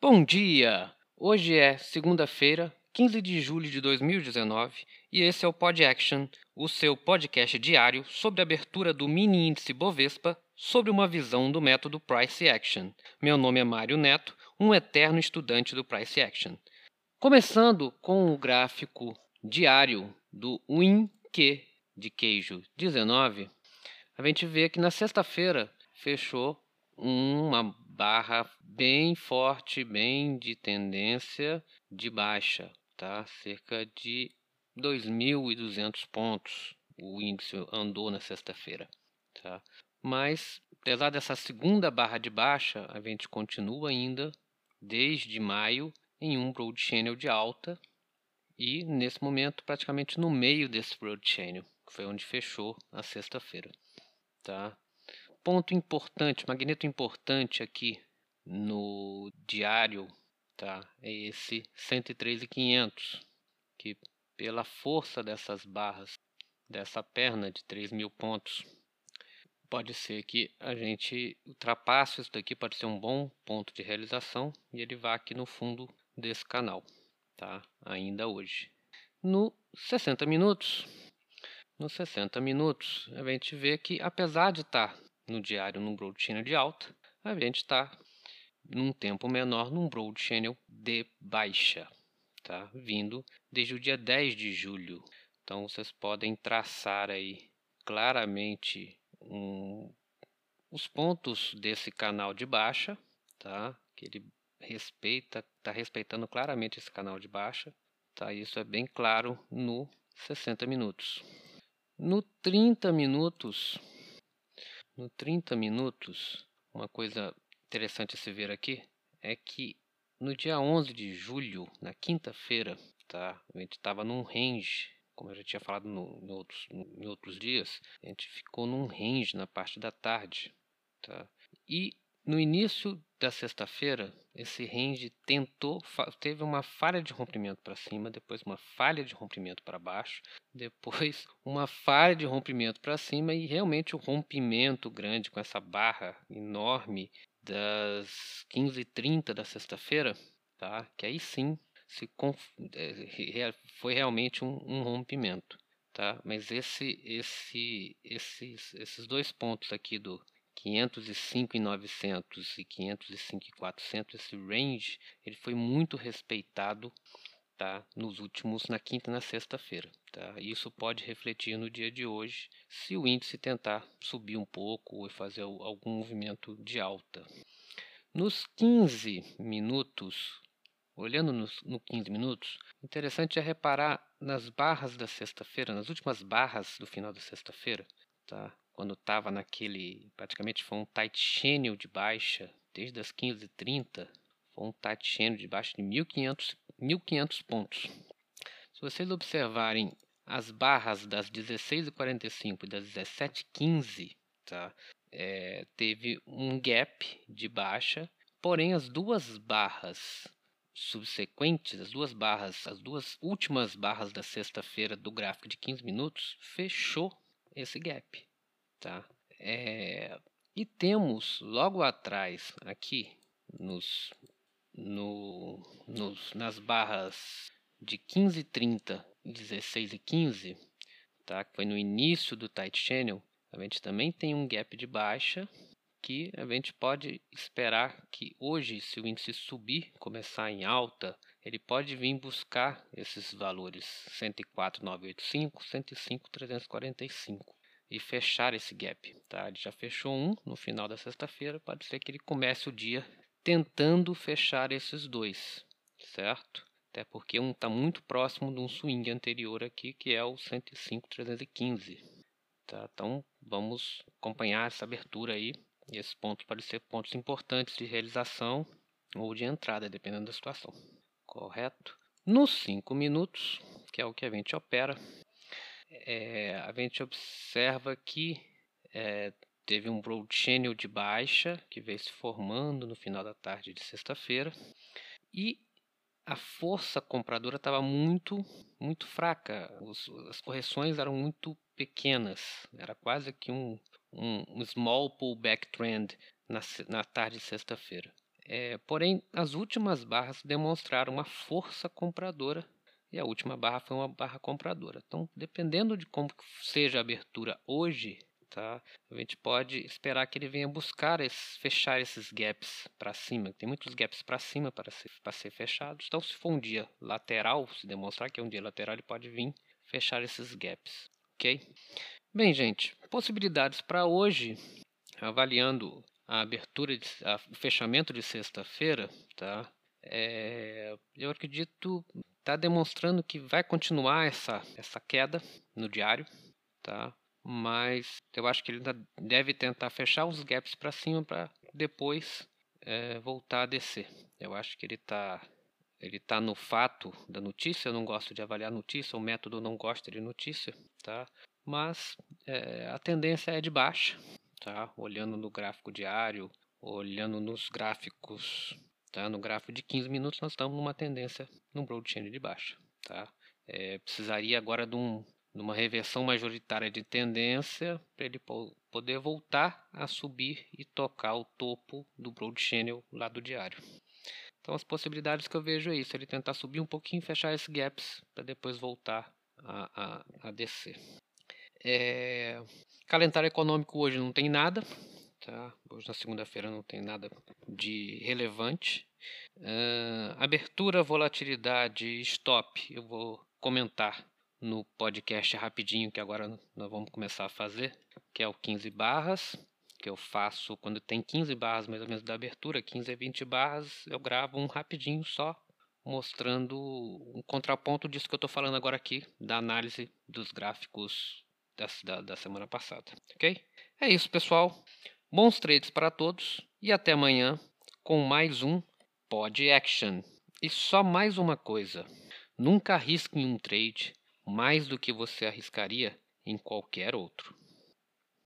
Bom dia! Hoje é segunda-feira, 15 de julho de 2019 e esse é o Pod Action, o seu podcast diário sobre a abertura do mini índice Bovespa sobre uma visão do método Price Action. Meu nome é Mário Neto, um eterno estudante do Price Action. Começando com o gráfico diário do WinQ de queijo 19, a gente vê que na sexta-feira fechou uma barra bem forte, bem de tendência de baixa, tá? Cerca de 2.200 pontos o índice andou na sexta-feira, tá? Mas, apesar dessa segunda barra de baixa, a gente continua ainda, desde maio, em um broad channel de alta e, nesse momento, praticamente no meio desse broad channel, que foi onde fechou a sexta-feira, tá? Ponto importante, magneto importante aqui no diário, tá? É esse 103.500, que pela força dessas barras, dessa perna de 3.000 pontos, pode ser que a gente ultrapasse isso daqui, pode ser um bom ponto de realização e ele vá aqui no fundo desse canal, tá? Ainda hoje. Nos 60 minutos, a gente vê que apesar de estar no diário num broad channel de alta, a gente está num tempo menor num broad channel de baixa, tá? Vindo desde o dia 10 de julho. Então vocês podem traçar aí claramente os pontos desse canal de baixa, tá? Que ele está respeitando claramente esse canal de baixa, tá? Isso é bem claro no 60 minutos. No 30 minutos, uma coisa interessante a se ver aqui é que no dia 11 de julho, na quinta-feira, tá? A gente estava num range, como eu já tinha falado em outros dias, a gente ficou num range na parte da tarde, tá? E no início da sexta-feira, esse range teve uma falha de rompimento para cima, depois uma falha de rompimento para baixo, depois uma falha de rompimento para cima e realmente o rompimento grande com essa barra enorme das 15h30 da sexta-feira, tá? Que aí sim foi realmente um rompimento, tá? Mas esses dois pontos aqui do 505.900 e 505.400, esse range, ele foi muito respeitado, tá? Na quinta e na sexta-feira, tá? Isso pode refletir no dia de hoje, se o índice tentar subir um pouco ou fazer algum movimento de alta. Nos 15 minutos, olhando no 15 minutos, interessante é reparar nas barras da sexta-feira, nas últimas barras do final da sexta-feira, tá? Quando estava praticamente foi um tight channel de baixa, desde as 15h30, foi um tight channel de baixa de 1.500 pontos. Se vocês observarem as barras das 16h45 e das 17h15, tá? Teve um gap de baixa, porém as duas barras subsequentes, as duas últimas barras da sexta-feira do gráfico de 15 minutos, fechou esse gap, tá? E temos logo atrás aqui nas barras de 15h30 e 16h15, tá? Que foi no início do tight channel, a gente também tem um gap de baixa que a gente pode esperar que hoje, se o índice subir, começar em alta, ele pode vir buscar esses valores 104.985, 105.345 e fechar esse gap, tá? Ele já fechou um no final da sexta-feira, pode ser que ele comece o dia tentando fechar esses dois, certo? Até porque um está muito próximo de um swing anterior aqui, que é o 105.315, tá? Então vamos acompanhar essa abertura aí. E esses pontos podem ser pontos importantes de realização ou de entrada, dependendo da situação. Correto? Nos 5 minutos, que é o que a gente opera, a gente observa que teve um broad channel de baixa que veio se formando no final da tarde de sexta-feira e a força compradora estava muito fraca. As correções eram muito pequenas. Era quase que um small pullback trend na tarde de sexta-feira. Porém, as últimas barras demonstraram uma força compradora e a última barra foi uma barra compradora. Então, dependendo de como seja a abertura hoje, tá, a gente pode esperar que ele venha buscar fechar esses gaps para cima. Tem muitos gaps para cima para ser fechados. Então, se for um dia lateral, se demonstrar que é um dia lateral, ele pode vir fechar esses gaps. Ok? Bem, gente, possibilidades para hoje, avaliando a abertura, o fechamento de sexta-feira, tá? Eu acredito está demonstrando que vai continuar essa queda no diário, tá? Mas eu acho que ele ainda deve tentar fechar os gaps para cima para depois voltar a descer. Eu acho que ele tá no fato da notícia. Eu não gosto de avaliar notícia, o método não gosta de notícia, tá? Mas a tendência é de baixa, tá? Olhando no gráfico diário, olhando nos gráficos, tá? No gráfico de 15 minutos nós estamos numa tendência no broadchain de baixa, tá? Precisaria agora de uma reversão majoritária de tendência para ele poder voltar a subir e tocar o topo do broad channel lá do diário. Então as possibilidades que eu vejo é isso, ele tentar subir um pouquinho, fechar esses gaps para depois voltar a descer. Calendário econômico hoje não tem nada, tá? Hoje na segunda-feira não tem nada de relevante. Abertura, volatilidade, stop, eu vou comentar no podcast rapidinho que agora nós vamos começar a fazer, que é o 15 barras, que eu faço quando tem 15 barras mais ou menos da abertura, 15 a 20 barras, eu gravo um rapidinho só, mostrando um contraponto disso que eu estou falando agora aqui, da análise dos gráficos da semana passada, ok? É isso, pessoal. Bons trades para todos e até amanhã com mais um Pod Action. E só mais uma coisa, nunca arrisque em um trade mais do que você arriscaria em qualquer outro.